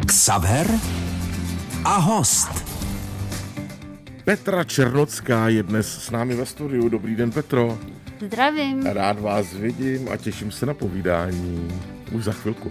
Xaver a host. Petra Černocká je dnes s námi ve studiu. Dobrý den, Petro. Zdravím. Rád vás vidím a těším se na povídání. Už za chvilku.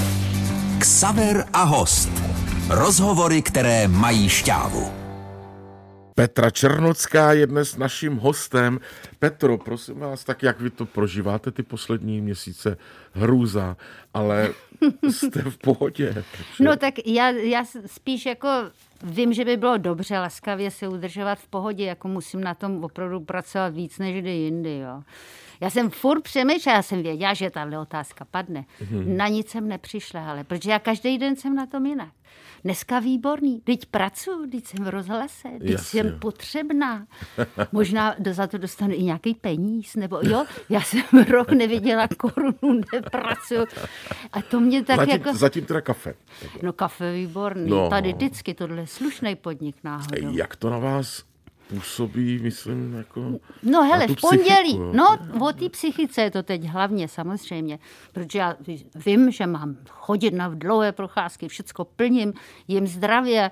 Xaver a host. Rozhovory, které mají šťávu. Petra Černocká je dnes naším hostem. Petro, prosím vás, tak jak vy to prožíváte ty poslední měsíce? Hrůza, ale jste v pohodě. Takže... No tak já spíš jako vím, že by bylo dobře laskavě se udržovat v pohodě, jako musím na tom opravdu pracovat víc než kdy jindy, jo. Já jsem furt přemýšlela, já jsem věděla, že tahle otázka padne. Na nic jsem nepřišla, ale protože já každý den jsem na tom jinak. Dneska výborný, teď pracuji, teď jsem v rozhlase, teď jsem potřebná. Možná za to dostanu i nějaký peníz, nebo jo, já jsem rok neviděla korunu, nepracuji. A to mě tak Zatím teda kafe. No kafe výborný, tady vždycky tohle je slušný podnik náhodou. Jak to na vás působí, myslím, jako... No hele, v pondělí, psychiku, o té psychice je to teď hlavně, samozřejmě, protože já vím, že mám chodit na dlouhé procházky, všecko plním, jim zdravě,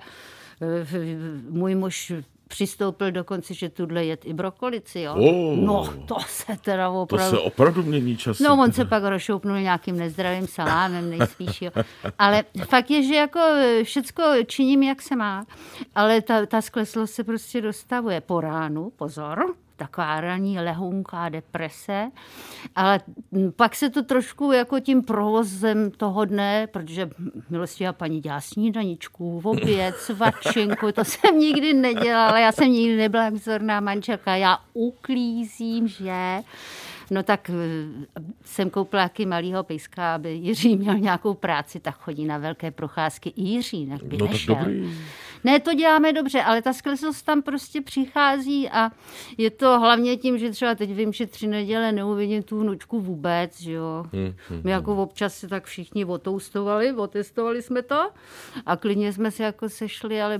můj muž přistoupil dokonce, že tuhle jet i brokolici, jo. No, to se teda opravdu... To se opravdu mění časy. No, on se pak rozšoupnul nějakým nezdravým salámem, nejspíš, jo. Ale fakt je, že jako všecko činím, jak se má, ale ta skleslost se prostě dostavuje po ránu, pozor, taková ranní lehunká deprese, ale pak se to trošku jako tím provozem toho dne, protože milostivá paní dělá snídaničku, oběd, svačinku, to jsem nikdy nedělala, já jsem nikdy nebyla vzorná manželka, já uklízím, že... No tak jsem koupila jaký malýho pejska, aby Jiří měl nějakou práci, tak chodí na velké procházky i Jiří, tak by nešel. Tak dobrý. Ne, to děláme dobře, ale ta skleslost tam prostě přichází a je to hlavně tím, že třeba teď vím, že 3 neděle neuvidím tu vnučku vůbec, že jo. My jako občas se tak všichni otestovali jsme to a klidně jsme se jako sešli, ale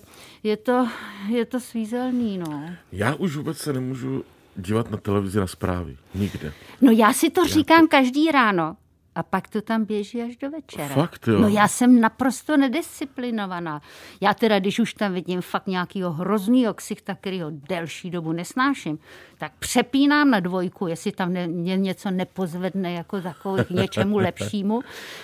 je to svízelný, no. Já už vůbec se nemůžu dívat na televizi na zprávy. Nikde. No já si to říkám každý ráno. A pak to tam běží až do večera. Fakt, jo? No já jsem naprosto nedisciplinovaná. Já teda, když už tam vidím fakt nějakýho hroznýho ksichta, kterýho delší dobu nesnáším, tak přepínám na 2, jestli tam mě něco nepozvedne jako takový k něčemu lepšímu.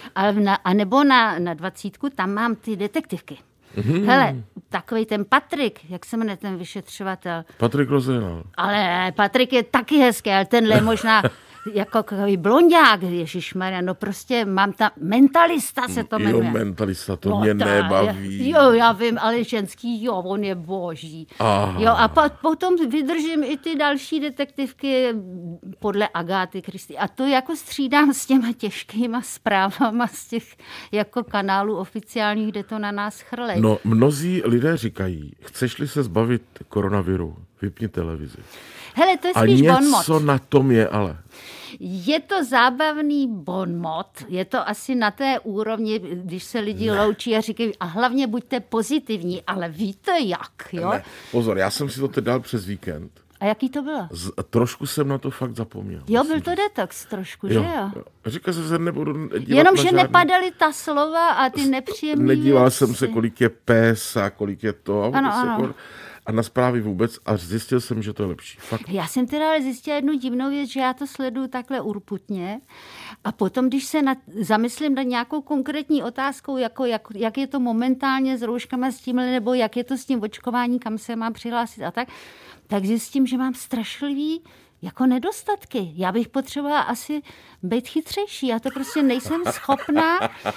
A nebo na 20, tam mám ty detektivky. Hele, takovej ten Patrik, jak se jmenuje ten vyšetřovatel? Patrik Rozena. Ale Patrik je taky hezký, ale tenhle je možná jako takový blonďák, ježišmarja, no prostě mám tam, Mentalista se to jmenuje. Jo, Mentalista, to mě nebaví. Jo, já vím, ale ženský, jo, on je boží. Aha. Jo, a potom vydržím i ty další detektivky podle Agáty Kristy. A to jako střídám s těma těžkýma zprávama z těch jako kanálů oficiálních, kde to na nás chrlej. No, mnozí lidé říkají, chceš-li se zbavit koronaviru, vypni televizi. Hele, to je spíš bonmot. A něco na tom je ale. Je to zábavný bonmot, je to asi na té úrovni, když se lidi loučí a říkají, a hlavně buďte pozitivní, ale víte jak, jo? Ne, pozor, já jsem si to teď dal přes víkend. A jaký to bylo? Trošku jsem na to fakt zapomněl. Jo, byl to detox trošku, že jo? Říkal jsem, že nebudu dívat jenomže na žádný... nepadaly ta slova a ty nepříjemné Nedíval věci. jsem se, kolik je pes a kolik je to. Ano. A na zprávy vůbec a zjistil jsem, že to je lepší. Fakt. Já jsem teda ale zjistila jednu divnou věc, že já to sleduju takhle urputně a potom, když se zamyslím nad nějakou konkrétní otázkou, jako jak je to momentálně s rouškama s tímhle, nebo jak je to s tím očkování, kam se mám přihlásit a tak zjistím, že mám strašlivý jako nedostatky. Já bych potřebovala asi být chytřejší. Já to prostě nejsem schopná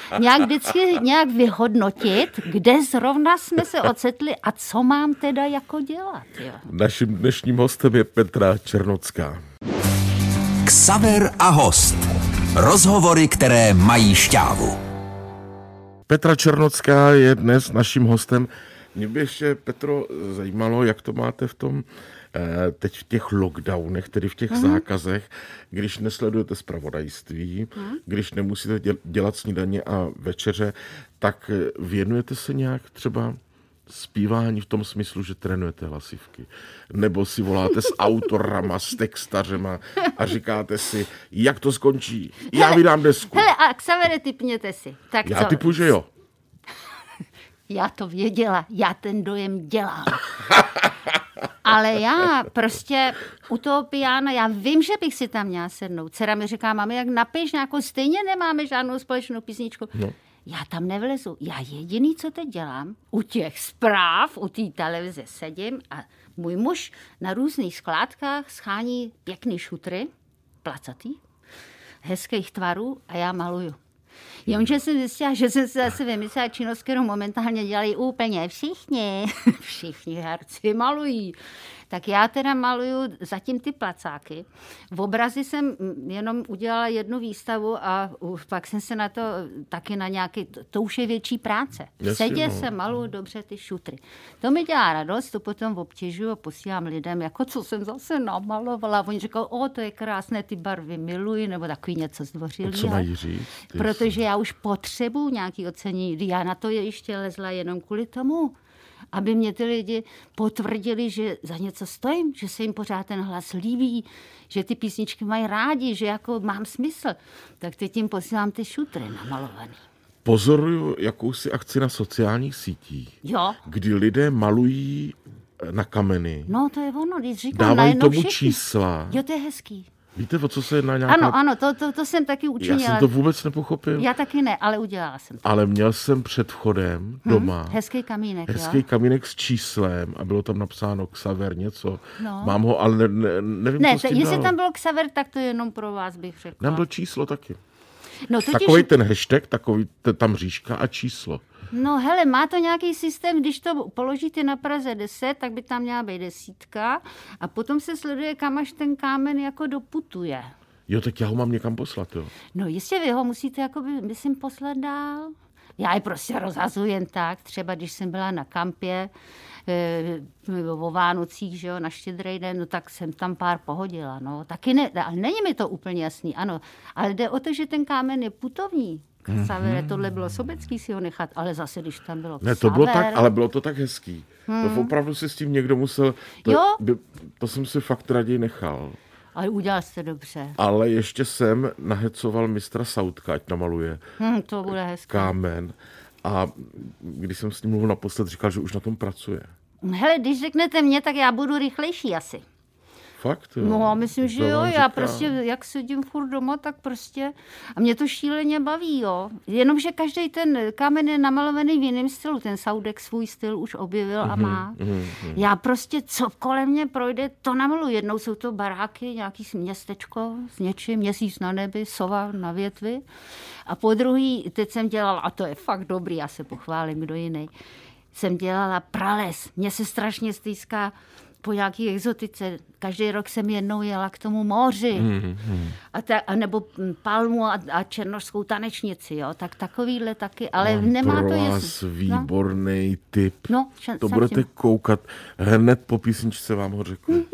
nějak vyhodnotit, kde zrovna jsme se ocitli a co mám teda jako dělat. Jo. Naším dnešním hostem je Petra Černocká. Xaver a host. Rozhovory, které mají šťávu. Petra Černocká je dnes naším hostem. Mě by ještě, Petro, zajímalo, jak to máte v tom teď v těch lockdownech, tedy v těch zákazech, když nesledujete zpravodajství, když nemusíte dělat snídaně a večeře, tak věnujete se nějak třeba zpívání v tom smyslu, že trénujete hlasivky. Nebo si voláte s autorama, s textařema a říkáte si, jak to skončí. Já vydám desku. Hele, a Xavere, tipněte si. Tak já co? tipu, že jo. Já to věděla, já ten dojem dělám. Ale já prostě u toho piana, já vím, že bych si tam měla sednout. Dcera mi říká, mami, jak napiš nějakou, stejně nemáme žádnou společnou písničku. No. Já tam nevlezu. Já jediný, co teď dělám, u těch zpráv, u té televize sedím a můj muž na různých skládkách schání pěkný šutry, placatý, hezkých tvarů a já maluju. Jenže jsem zjistila, že jsem si zase vymyslela činnost, kterou momentálně dělají úplně všichni. Všichni herci malují. Tak já teda maluju zatím ty placáky. V obrazi jsem jenom udělala jednu výstavu a pak jsem se na to taky na nějaký, to už je větší práce. Sedě se maluju dobře ty šutry. To mi dělá radost, to potom obtěžuju a posílám lidem, jako co jsem zase namalovala. Oni říkají, to je krásné, ty barvy miluji, nebo takový něco zdvořilý. Co mají říct? Protože já už potřebuju nějaký ocenění. Já na to ještě lezla jenom kvůli tomu, aby mě ty lidi potvrdili, že za něco stojím, že se jim pořád ten hlas líbí, že ty písničky mají rádi, že jako mám smysl. Tak teď jim posílám ty šutry namalovaný. Pozoruju jakousi akci na sociálních sítích, jo. Kdy lidé malují na kameny. No to je ono, když říkám dávají tomu všichni. Čísla. Jo, to je hezký. Víte, o co se jedná nějaká... Ano, to jsem taky učinila. Já jsem to vůbec nepochopil. Já taky ne, ale udělala jsem to. Ale měl jsem před vchodem doma hezký kamínek, hezký kamínek s číslem a bylo tam napsáno Xaver něco. No. Mám ho, ale nevím, co s tím jestli dalo. tam bylo Xaver, tak to je jenom pro vás, bych řekla. Tam bylo číslo taky. No, totiž... Takový ten hashtag, takový tam říška a číslo. No hele, má to nějaký systém, když to položíte na Praze 10, tak by tam měla být 10 a potom se sleduje, kam až ten kámen jako doputuje. Jo, tak já ho mám někam poslat, jo. No jistě, vy ho musíte, jakoby, myslím, poslat dál. Já je prostě rozhazuji jen tak, třeba když jsem byla na kampě o Vánocích, že jo, na Štědrý den, no tak jsem tam pár pohodila, no. Taky ne, ale není mi to úplně jasný, ano. Ale jde o to, že ten kámen je putovní. Xavere, tohle bylo sobecký si ho nechat, ale zase, když tam bylo Xaver... Ne, to bylo tak, ale bylo to tak hezký. To opravdu si s tím někdo musel... To jsem si fakt raději nechal. Ale udělal jste dobře. Ale ještě jsem nahecoval mistra Sautka, ať namaluje to bude hezké. Kámen. A když jsem s ním mluvil naposled, říkal, že už na tom pracuje. Hele, když řeknete mě, tak já budu rychlejší asi. Fakt, jo? No a myslím, že jo, já prostě, jak sedím furt doma, tak prostě, a mě to šíleně baví, jo. Jenomže každý ten kámen je namalovaný v jiném stylu, ten Saudek svůj styl už objevil a má. Já prostě, co kolem mě projde, to namaluji. Jednou jsou to baráky, nějaký městečko s něčím, měsíc na nebi, sova na větvi. A po druhý, teď jsem dělala, a to je fakt dobrý, já se pochválím, kdo jiný, jsem dělala prales. Mně se strašně stýská po nějaký exotice. Každý rok jsem jednou jela k tomu moři. A nebo palmu a černošskou tanečnici. Jo? Tak takovýhle taky. Ale nemá to vás výborný tip. No, to budete koukat. Hned po písničce vám ho řeknu.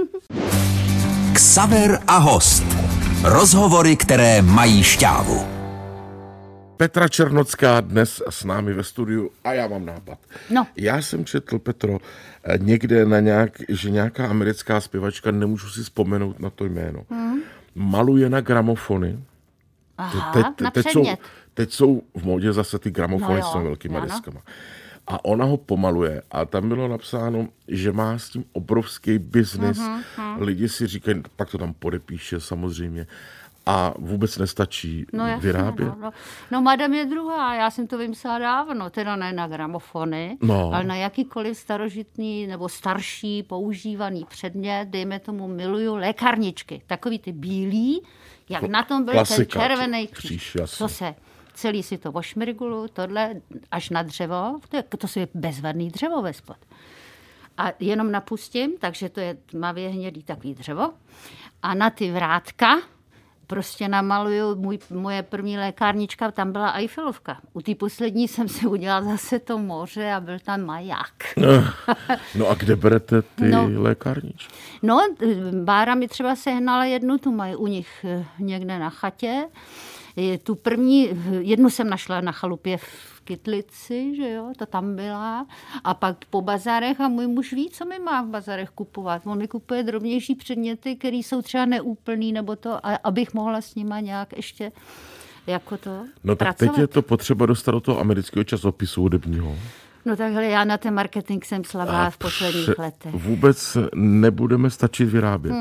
Xaver a host. Rozhovory, které mají šťávu. Petra Černocká dnes s námi ve studiu a já mám nápad. No. Já jsem četl, Petro, někde že nějaká americká zpěvačka, nemůžu si vzpomenout na to jméno, maluje na gramofony. Aha, na předmět. Teď jsou v módě zase ty gramofony s těmi velkýma deskama. A ona ho pomaluje a tam bylo napsáno, že má s tím obrovský biznis. Lidi si říkají, pak to tam podepíše samozřejmě. A vůbec nestačí vyrábět? No, madam je druhá, já jsem to vymyslela dávno, teda ne na gramofony, ale na jakýkoliv starožitný nebo starší používaný předmět, dejme tomu miluju lékárničky, takový ty bílý, jak na tom byl ten červený kříž. Celý si to ošmirgulu, tohle až na dřevo, to je bezvadný dřevo ve spod. A jenom napustím, takže to je tmavě hnědý takový dřevo. A na ty vrátka prostě namaluju, moje první lékárnička, tam byla Eiffelovka. U té poslední jsem si udělala zase to moře a byl tam maják. No a kde berete ty lékárničky? No, Bára mi třeba sehnala jednu, tu mají u nich někde na chatě. Tu první, jednu jsem našla na chalupě v Kytlici, že jo, to tam byla. A pak po bazarech a můj muž ví, co mi má v bazarech kupovat. On mi kupuje drobnější předměty, které jsou třeba neúplný, nebo to, abych mohla s nima nějak ještě jako to No tak pracovat. teď je to potřeba dostat do toho amerického časopisu hudebního. No takhle já na ten marketing jsem slabá v posledních letech. Vůbec nebudeme stačit vyrábět.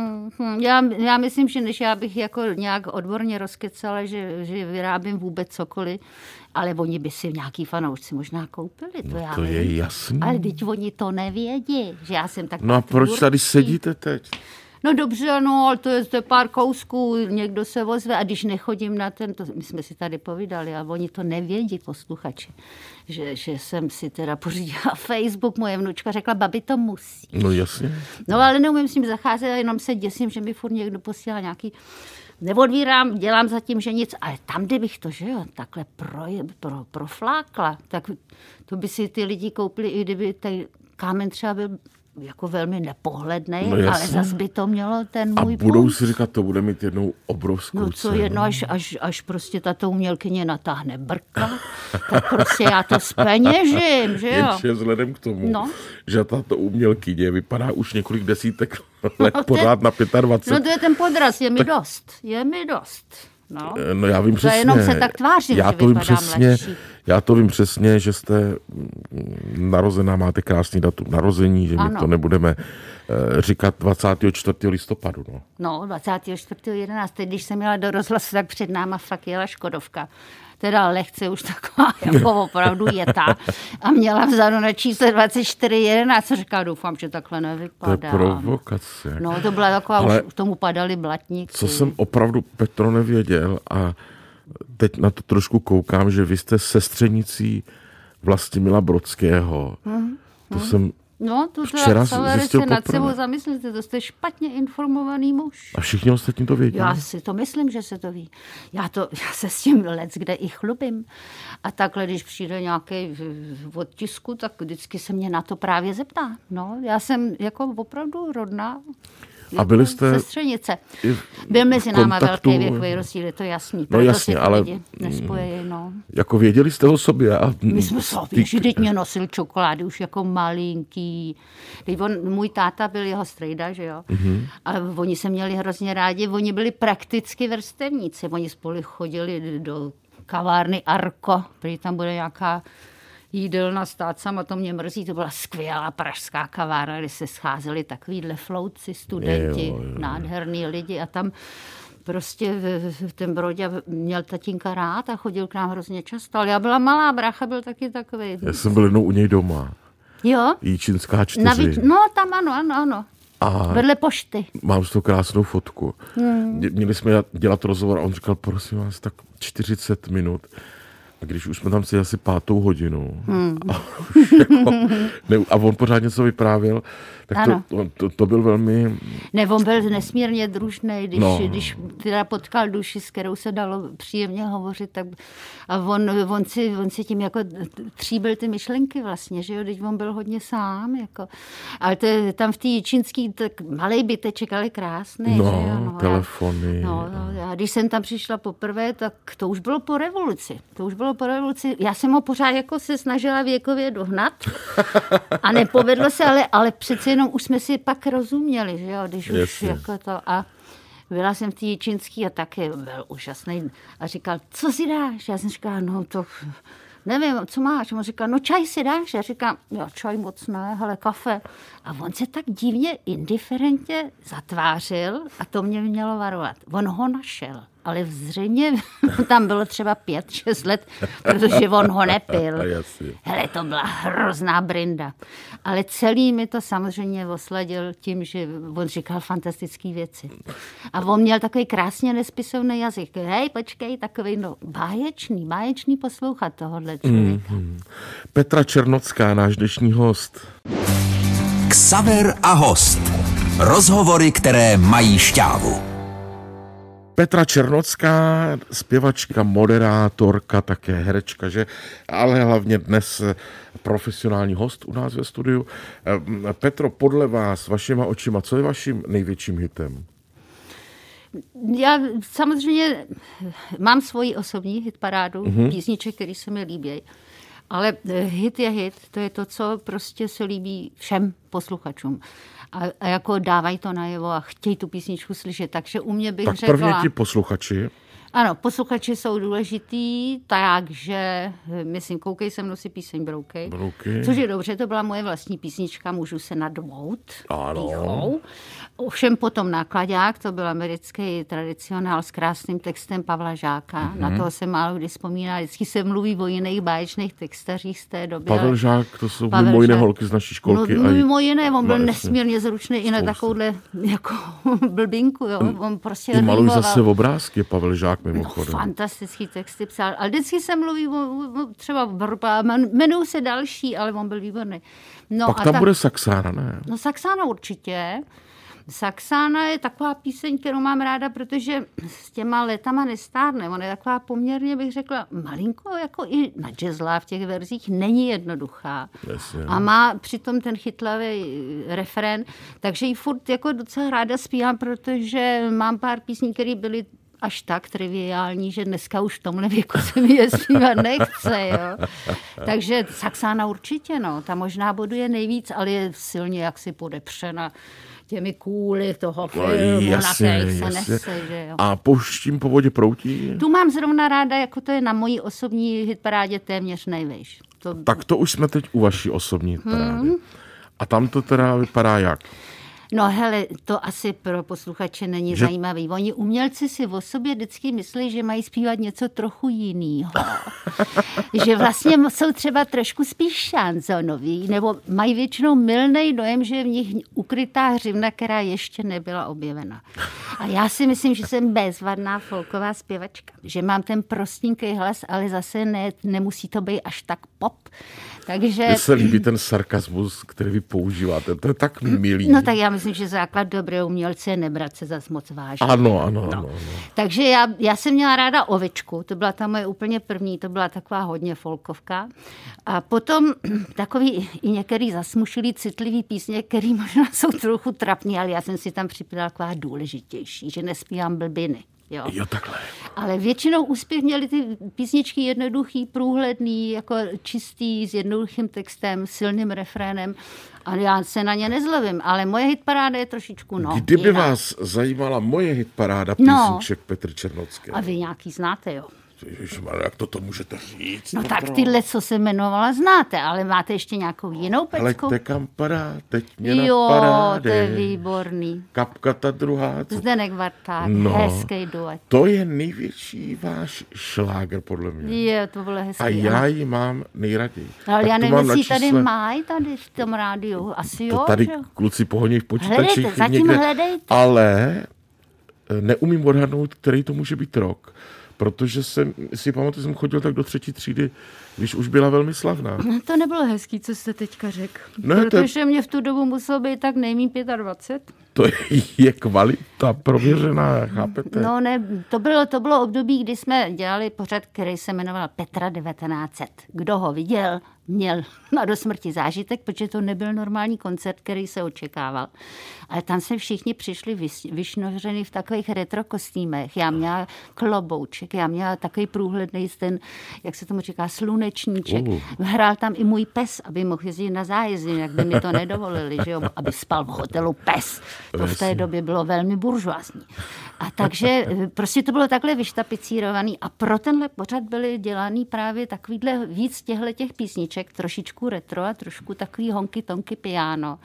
Já myslím, že než já bych jako nějak odborně rozkecala, že vyrábím vůbec cokoliv, ale oni by si nějaký fanoušci možná koupili. To je jasný. Ale teď oni to nevědí, že já jsem tak. No a proč tady sedíte teď? No dobře, no, ale to je pár kousků, někdo se ozve a když nechodím na ten, my jsme si tady povídali, ale oni to nevědí, posluchači, že jsem si teda pořídila Facebook, moje vnučka řekla, babi, to musí. No jasně. No ale neumím s ním zacházet, jenom se děsím, že mi furt někdo posílá nějaký, neodvírám, dělám zatím, že nic, ale tam, kdybych to, že jo, takhle proflákla, tak to by si ty lidi koupili, i kdyby ten kámen třeba byl jako velmi nepohlednej, no ale zas by to mělo ten můj A budou puls. si říkat, to bude mít jednou obrovskou No co cenu. jedno, až prostě tato umělkyně natáhne brka, tak prostě já to zpeněžím, že jo? Jenže vzhledem k tomu, že tato umělkyně vypadá už několik desítek let pořád na 25. No to je ten podraz, je mi dost. No já vím přesně. Jenom se tak tvářím, že vypadám mladší. Já to vím přesně, že jste narozená, máte krásný datum narození, že my to nebudeme říkat 24. listopadu. No 24.11. Když jsem jela do rozhlasu, tak před náma fakt jela Škodovka. Teda lehce už taková jako opravdu jetá. A měla vzadu na čísle 24.11. Říká, doufám, že takhle nevypadá. To je provokace. No to byla taková, ale už tomu padaly blatníky. Co jsem opravdu, Petro, nevěděl a teď na to trošku koukám, že vy jste sestřenicí Vlastimila Brodského. To jsem včera zjistil nad sebou zamyslete, to jste špatně informovaný muž. A všichni ostatní to vědí. Já si to myslím, že se to ví. Já se s tím leckde i chlubím. A takhle, když přijde nějaký odtisku, tak vždycky se mě na to právě zeptá. No, já jsem jako opravdu rodná. A byli jste sestřenice. Byl mezi náma velký věkový rozdíl, je to jasný. No jasně, si ale lidi nespojejí, no. Jako věděli jste o sobě? My jsme sobě, že teď mě nosil čokolády už jako malinký. Teď můj táta byl jeho strejda, že jo. A oni se měli hrozně rádi, oni byli prakticky vrstevníci. Oni spolu chodili do kavárny Arko, protože tam bude nějaká jídelna stát sama, to mě mrzí, to byla skvělá pražská kavárna, kde se scházeli takovýhle flouci, studenti, nádherný lidi a tam prostě ten Brodě měl tatínka rád a chodil k nám hrozně často, ale já byla malá, brácha byl taky takový. Já jsem byl jednou u něj doma. Jo? Jíčinská 4. No tam ano. A vedle pošty. Mám z toho krásnou fotku. Měli jsme dělat rozhovor a on říkal, prosím vás, tak 40 minut. A když už jsme tam si asi 5. hodinu a on pořád něco vyprávěl, tak to byl velmi... Ne, on byl nesmírně družnej, když teda potkal duši, s kterou se dalo příjemně hovořit, tak a on si tím jako tříbil ty myšlenky vlastně, že jo, když on byl hodně sám, jako. Ale tam v té čínský malej byteček, ale krásný, že jo. Telefony. A když jsem tam přišla poprvé, tak to už bylo po revoluci. Já jsem ho pořád jako se snažila věkově dohnat a nepovedlo se, ale přece jenom už jsme si pak rozuměli, že jo, když už jako to a byla jsem v té čínský a taky byl úžasný a říkal, co si dáš? Já jsem říkala, no to nevím, co máš? On říkal, no čaj si dáš? Já říkám, já čaj moc ne, ale kafe. A on se tak divně indiferentně zatvářil a to mě mělo varovat. On ho našel. Ale zřejmě tam bylo třeba 5-6 let, protože on ho nepil. Hele, to byla hrozná brinda. Ale celý mi to samozřejmě osladil tím, že on říkal fantastické věci. A on měl takový krásně nespisovný jazyk. Hej, počkej, takový báječný poslouchat tohohle člověka. Petra Černocká, náš dnešní host. Xaver a host. Rozhovory, které mají šťávu. Petra Černocká, zpěvačka, moderátorka, také herečka, že? Ale hlavně dnes profesionální host u nás ve studiu. Petro, podle vás, vašima očima, co je vaším největším hitem? Já samozřejmě mám svoji osobní hitparádu, písniček, který se mi líbí. Ale hit je hit, to je to, co prostě se líbí všem posluchačům. A jako dávají to najevo a chtějí tu písničku slyšet. Takže u mě bych řekla... Tak prvně ti posluchači. Ano, posluchači jsou důležitý, takže, myslím, Koukej se mnou si píseň Broukej. Což je dobře, to byla moje vlastní písnička, můžu se nadmout pýchou. Ovšem potom Nákladák, to byl americký tradicionál s krásným textem Pavla Žáka. Na toho se málo kdy vzpomíná, vždycky se mluví o jiných báječných textařích z té doby. Pavel Žák, to jsou mimo jiné holky z naší školky. No, mimo jiné, on byl nesmírně zručný i na takovouhle jako blbinku. Jo. On prostě I malují zase obrázky, Pavel Žák mimochodem. No, fantastický texty psal. Ale vždycky se mluví třeba Vrba, jmenují se další, ale on byl výborný. No, pak tam bude Saxána, ne? No Saxána určitě. Saxána je taková píseň, kterou mám ráda, protože s těma letama nestárne. Ona je taková poměrně, bych řekla, malinko, jako i na jazzlá v těch verzích, není jednoduchá. Jasně. A má přitom ten chytlavý refrén, takže ji furt jako docela ráda zpívám, protože mám pár písní, které byly až tak triviální, že dneska už v tomhle věku se mi je zpívat nechce, jo. Takže Saxána určitě, no. Ta možná boduje nejvíc, ale je silně jaksi podepřena těmi kůly toho filmu, na kterých se nese, že jo. A Pouštím po vodě proutí? Tu mám zrovna ráda, jako to je na mojí osobní hitparádě téměř nejvejš. Tak to už jsme teď u vaší osobní hitparády. A tam to teda vypadá jak? No hele, to asi pro posluchače není zajímavý. Oni umělci si o sobě vždycky myslí, že mají zpívat něco trochu jinýho. Že vlastně jsou třeba trošku spíš šanzonoví, nebo mají většinou mylnej dojem, že je v nich ukrytá hřivna, která ještě nebyla objevena. A já si myslím, že jsem bezvadná folková zpěvačka. Že mám ten prostinký hlas, ale zase nemusí to být až tak pop. Takže... Mně se líbí ten sarkasmus, který vy používáte. To je tak milý. No tak já myslím, že základ dobré umělce je nebrat se zas moc vážně. Ano. Takže já jsem měla ráda Ovečku, to byla ta moje úplně první, to byla taková hodně folkovka. A potom takový i některý zasmušilý, citlivý písně, který možná jsou trochu trapný, ale já jsem si tam připadala taková důležitější, že nespívám blbiny. Jo, takhle. Ale většinou úspěch měly ty písničky jednoduchý, průhledný, jako čistý, s jednoduchým textem, silným refrénem. A já se na ně nezlevím, ale moje hitparáda je trošičku Kdyby vás zajímala moje hitparáda písniček Petry Černocké. A vy nějaký znáte, jo? Ježišmarja, jak to můžete říct? No tak tyhle, co se jmenovala, znáte, ale máte ještě nějakou jinou pecku? Hleďte kam padá, teď mě napadá. Jo, to je výborný. Kapka ta druhá. Zdeněk Barták, hezký duet. To je největší váš šláger, podle mě. Je, to bylo hezký. A já ji mám nejraději. Ale já nevím, jestli tady mají tady v tom rádiu. Asi jo. To tady kluci pohoní v počítačích. Hledejte. Ale neumím odhadnout, který to může být rok. Protože si pamatuju, jsem chodil tak do 3. třídy, když už byla velmi slavná. No, to nebylo hezký, co jste teďka řekl. Protože mě v tu dobu muselo být tak nejmín 25. To je kvalita prověřená, chápete? No ne, to bylo období, kdy jsme dělali pořad, který se jmenoval Petra 1900. Kdo ho viděl, měl na do smrti zážitek, protože to nebyl normální koncert, který se očekával. Ale tam se všichni přišli vyšnořeni v takových retro kostýmech. Já měla klobouček, já měla takový průhledný ten, jak se tomu říká, slunečníček. Hrál tam i můj pes, aby mohl jezdit na zájezdy, jak by mi to nedovolili, že jo, aby spal v hotelu pes. To v té době bylo velmi buržoázní. A takže prostě to bylo takhle vyštapicírovaný a pro tenhle pořad byly dělaný právě takovýhle víc těch písniček, trošičku retro a trošku takový honky-tonky piano.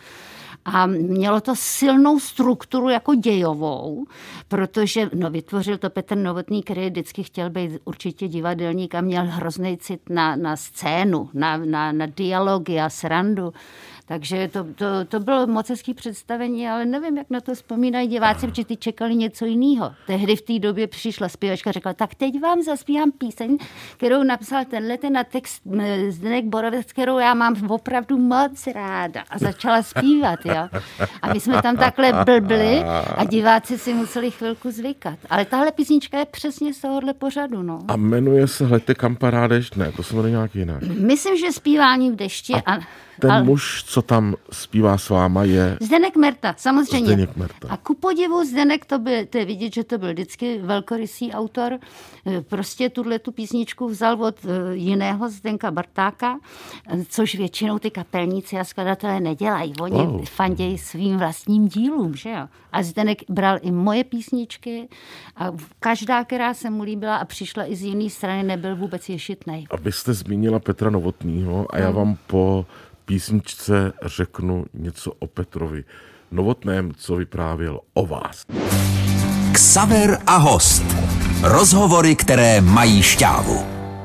A mělo to silnou strukturu jako dějovou, protože vytvořil to Petr Novotný, který vždycky chtěl být určitě divadelník a měl hrozný cit na scénu, na dialogy a srandu. Takže to bylo moc hezký představení, ale nevím, jak na to vzpomínají diváci, protože ty čekali něco jiného. Tehdy v té době přišla zpěvačka a řekla, tak teď vám zaspívám píseň, kterou napsal tenhle text Zdeněk Borovec, kterou já mám opravdu moc ráda. A začala zpívat, jo. A my jsme tam takhle blbli a diváci si museli chvilku zvykat. Ale tahle písnička je přesně z tohohle pořadu, no. A jmenuje se Hleďte kam padá déšť? Ne, to se jmenuje nějak jinak. Myslím, že Zpívání v dešti. Ten muž, co tam zpívá s váma, je Zdeněk Merta, samozřejmě. Zdeněk Merta. A ku podivu Zdeněk, to je vidět, že to byl vždycky velkorysý autor. Prostě tu písničku vzal od jiného Zdenka Bartáka, což většinou ty kapelníci a skladatelé nedělají. Oni fandějí svým vlastním dílům, že jo. A Zdeněk bral i moje písničky a každá, která se mu líbila a přišla i z jiné strany, nebyl vůbec ješitnej. Abyste zmínila Petra Novotnýho a já vám po písničce řeknu něco o Petrovi Novotném, co vyprávěl o vás. Xaver a host. Rozhovory, které mají šťávu.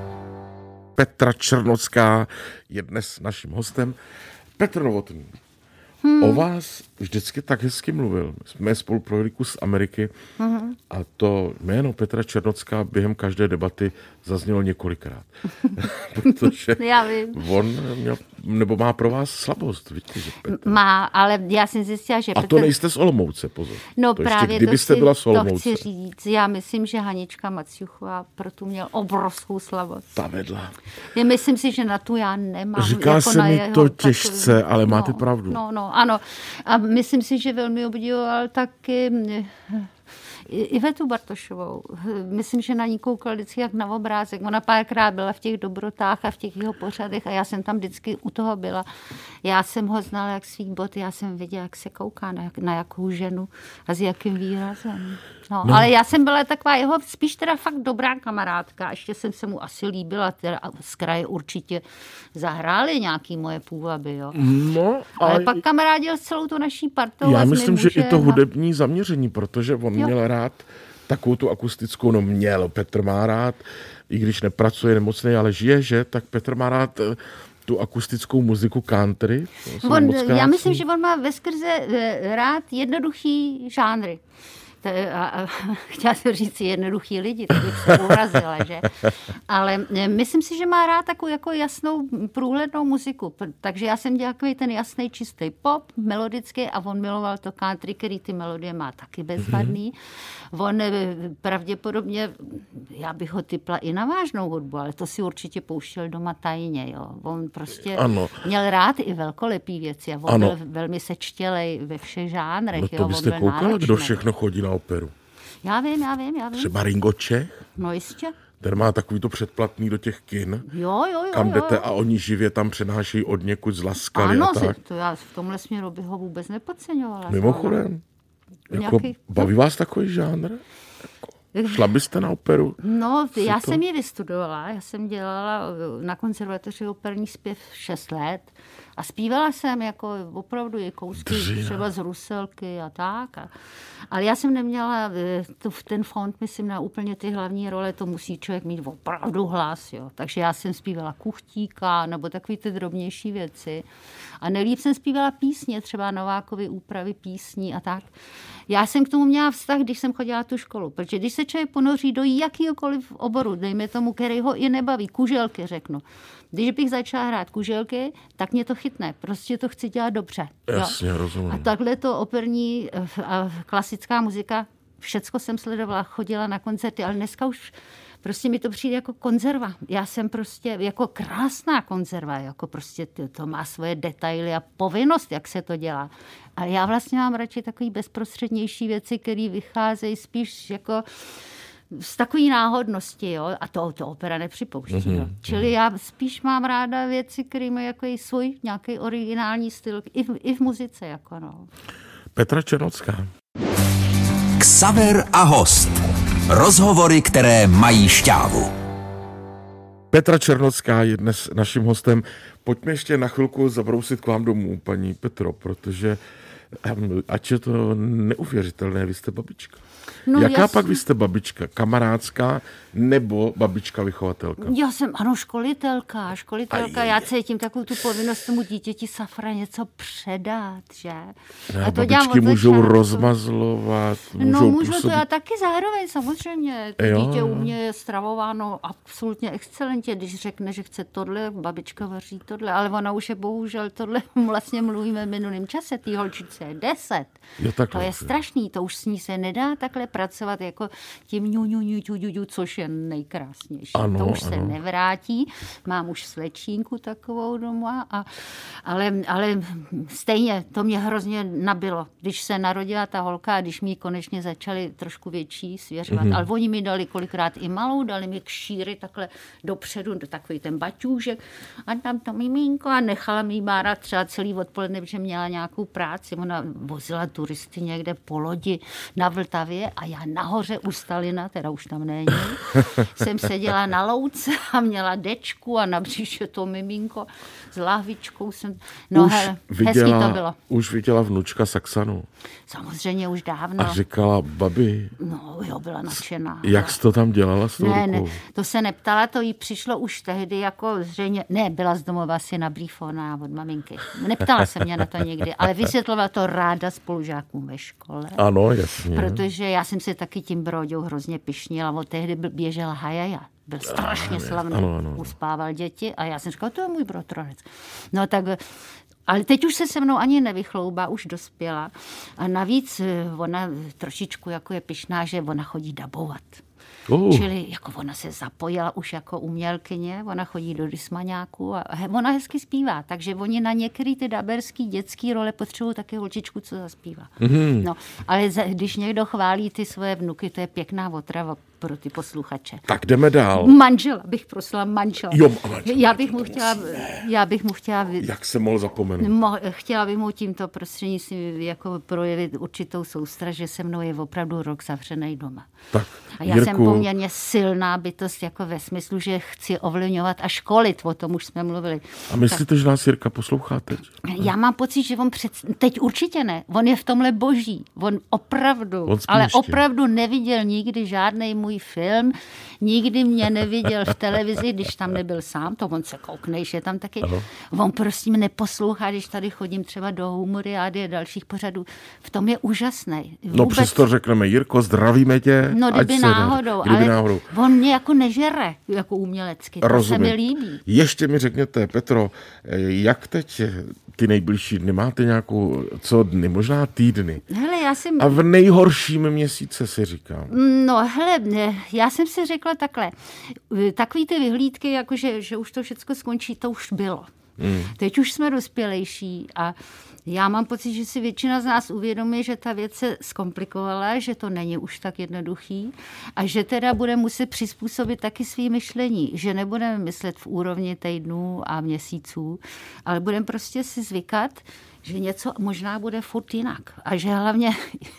Petra Černocká je dnes naším hostem. Petr Novotný. O vás vždycky tak hezky mluvil. Jsme spolu projeli kus Ameriky a to jméno Petra Černocká během každé debaty zaznělo několikrát. Protože on měl, nebo má pro vás slabost. Víte, že Petr. Má, ale já jsem zjistila, že A to nejste z Olomouce, pozor. No to právě ještě, kdybyste byla z Olomouce. to chci říct. Já myslím, že Hanička Maciuchová pro tu měl obrovskou slabost. Ta vedla. Já myslím si, že na tu já nemám. Říká jako se mi jeho, to těžce, ale máte pravdu. No, ano. A myslím si, že velmi obdivoval taky Ivetu Bartošovou. Myslím, že na ní koukal vždycky jak na obrázek. Ona párkrát byla v těch dobrotách a v těch jeho pořadech a já jsem tam vždycky u toho byla. Já jsem ho znala jak svých bot, já jsem viděla, jak se kouká, na jakou ženu a s jakým výrazem. No. Ale já jsem byla taková jeho spíš teda fakt dobrá kamarádka. Ještě jsem se mu asi líbila, teda z kraje určitě zahrály nějaký moje půvaby, jo. No, ale pak kamarádil s celou tu naší partou. Já myslím, že i to hudební zaměření, protože on měl rád takovou tu akustickou, Petr má rád, i když nepracuje nemocnej, ale žije, že, tak Petr má rád tu akustickou muziku country. Já myslím, že on má veskrze rád jednoduchý žánry. Chtěla jsem říct jednoduchý lidi, tak bych se urazila, že? Ale myslím si, že má rád takovou jako jasnou průhlednou muziku, takže já jsem dělala takový ten jasný čistý pop, melodický a on miloval to country, který ty melodie má taky bezvadný. On pravděpodobně, já bych ho typla i na vážnou hudbu, ale to si určitě pouštěl doma tajně, jo. On prostě měl rád i velkolepý věci a on byl velmi sečtělej ve všech žánrech. No to byste koukala, kdo všechno chodí na operu. Já vím. Třeba Ringo Čech? No jistě. Ten má takový to předplatný do těch kin, jo, kam jdete a oni živě tam přenášejí od někud z Laskaly a tak. To já v tomhle směru bych ho vůbec nepodceňovala. Mimochodem, baví vás takový žánr? Šla byste na operu? No, já jsem ji vystudovala. Já jsem dělala na konzervatoři operní zpěv 6 let a zpívala jsem jako opravdu i kousky třeba z Ruselky a tak. Ale já jsem neměla ten fond, myslím, na úplně ty hlavní role, to musí člověk mít opravdu hlas, jo. Takže já jsem zpívala Kuchtíka nebo takový ty drobnější věci. A nejlíp jsem zpívala písně, třeba Novákovy úpravy písní a tak. Já jsem k tomu měla vztah, když jsem chodila tu školu, protože když se člověk ponoří do jakýhokoliv oboru, dejme tomu, který ho i nebaví, kuželky řeknu. Když bych začala hrát kuželky, tak mě to chytne. Prostě to chci dělat dobře. Jasně, rozumím. A takhle to operní a klasická muzika, všecko jsem sledovala, chodila na koncerty, ale dneska už prostě mi to přijde jako konzerva. Já jsem prostě jako krásná konzerva, jako prostě to má svoje detaily a povinnost, jak se to dělá. Ale já vlastně mám radši takový bezprostřednější věci, které vycházejí spíš jako z takové náhodnosti, jo, a to opera nepřipouští. Jo. Čili já spíš mám ráda věci, které mají jako svůj nějaký originální styl, i v muzice, jako no. Petra Černocká. Xaver a host. Rozhovory, které mají šťávu. Petra Černocká je dnes naším hostem. Pojďme ještě na chvilku zabrousit k vám domů, paní Petro, protože ať je to neuvěřitelné, vy jste babička. No, Jaká pak vy jste babička? Kamarádská nebo babička vychovatelka? Já jsem, školitelka. Já cítím takovou tu povinnost tomu dítěti Safra něco předat, že? A to babičky můžou rozmazlovat. Můžou to já taky zároveň, samozřejmě. To dítě u mě je stravováno absolutně excelentně. Když řekne, že chce tohle, babička vaří tohle, ale ona už je bohužel tohle, vlastně mluvíme v minulém čase, té holčičce měsíce, 10. Jo, To je strašný, to už s ní se nedá takhle pracovat jako tím ňu, což je nejkrásnější. Ano, to už se ano. nevrátí. Mám už slečínku takovou doma, ale stejně to mě hrozně nabilo, když se narodila ta holka a když mi konečně začali trošku větší svěřovat. Ale oni mi dali kolikrát i malou, dali mi kšíry takhle dopředu, do takový ten baťůžek a tam to miminko a nechala mi márat třeba celý odpoledne, protože měla nějakou práci. Ona vozila turisty někde po lodi na Vltavě a já nahoře u Stalina, teda už tam není, jsem seděla na louce a měla dečku a na břiše to miminko s lahvičkou jsem... No hele, hezký to bylo. Už viděla vnučka Saxanu. Samozřejmě už dávno. A říkala, babi, No jo, byla nadšená. jak jsi to tam dělala s tou Ne, rukou? to se neptala, to jí přišlo už tehdy jako zřejmě, ne, byla z domova asi nabrýfovaná od maminky. Neptala se mě na to nikdy, ale vysvětlovala to ráda spolužákům ve škole. Ano, jasně. Protože já jsem se taky tím Bróďou hrozně pyšnila. Od tehdy běžel Hajaja. Byl strašně slavný. Ano. Uspával děti a já jsem říkala, to je můj bratranec. No tak, ale teď už se mnou ani nevychloubá, už dospěla. A navíc ona trošičku jako je pyšná, že ona chodí dabovat. Čili jako ona se zapojila už jako umělkyně, ona chodí do Dysmaňáku a ona hezky zpívá, takže oni na některé ty daberský dětský role potřebují taky holčičku, co zaspívá. No, ale když někdo chválí ty svoje vnuky, to je pěkná otrava pro ty posluchače. Tak jdeme dál. Manžela bych prosila, manžela. Jo, manžela. Já bych mu chtěla... Jak se mohl zapomenout? Chtěla bych mu tímto prostřednictvím jako projevit určitou soustraž, že se mnou je opravdu rok zavřenej doma. Tak, a já jsem poměrně silná bytost jako ve smyslu, že chci ovlivňovat a školit, o tom už jsme mluvili. A myslíte, že nás Jirka poslouchá teď? Já mám pocit, že on teď určitě ne. On je v tomhle boží. On opravdu neviděl nikdy žádnej můj film, nikdy mě neviděl v televizi, když tam nebyl sám, to on se koukne, že je tam taky. Ano. On prostě neposlouchá, když tady chodím třeba do Humoriády a dalších pořadů. V tom je úžasný. No přesto řekneme, Jirko, zdravíme tě. No kdyby náhodou, ale on mě jako nežere, jako umělecky. To se mi líbí. Ještě mi řekněte, Petro, jak teď ty nejbližší dny? Máte nějakou, co dny? Možná týdny. Hele, A v nejhorším měsíce si říkám. No hele, já jsem si řekla takhle. Takový ty vyhlídky, jakože, že už to všechno skončí, to už bylo. Teď už jsme dospělejší a já mám pocit, že si většina z nás uvědomí, že ta věc se zkomplikovala, že to není už tak jednoduchý a že teda bude muset přizpůsobit taky svý myšlení, že nebudeme myslet v úrovni týdnů a měsíců, ale budeme prostě si zvykat, že něco možná bude furt jinak a že hlavně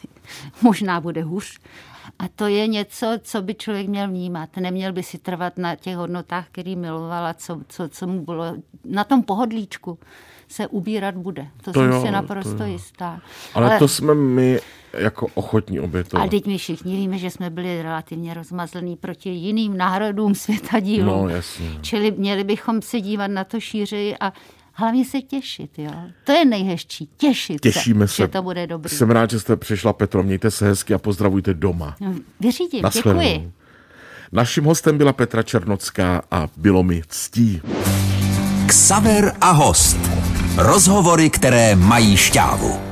možná bude hůř. A to je něco, co by člověk měl vnímat. Neměl by si trvat na těch hodnotách, který milovala, co mu bylo. Na tom pohodlíčku se ubírat bude. To jsem si naprosto jistá. Ale to jsme my jako ochotní obětovat. Ale teď my všichni víme, že jsme byli relativně rozmazlení proti jiným národům světadílů. No, jasně. Čili měli bychom se dívat na to šířeji a hlavně se těšit, jo. To je nejhezčí. Těšíme se, že to bude dobrý. Jsem rád, že jste přišla, Petro, mějte se hezky a pozdravujte doma. Vyřídím, děkuji. Naším hostem byla Petra Černocká a bylo mi ctí. Xaver a host. Rozhovory, které mají šťávu.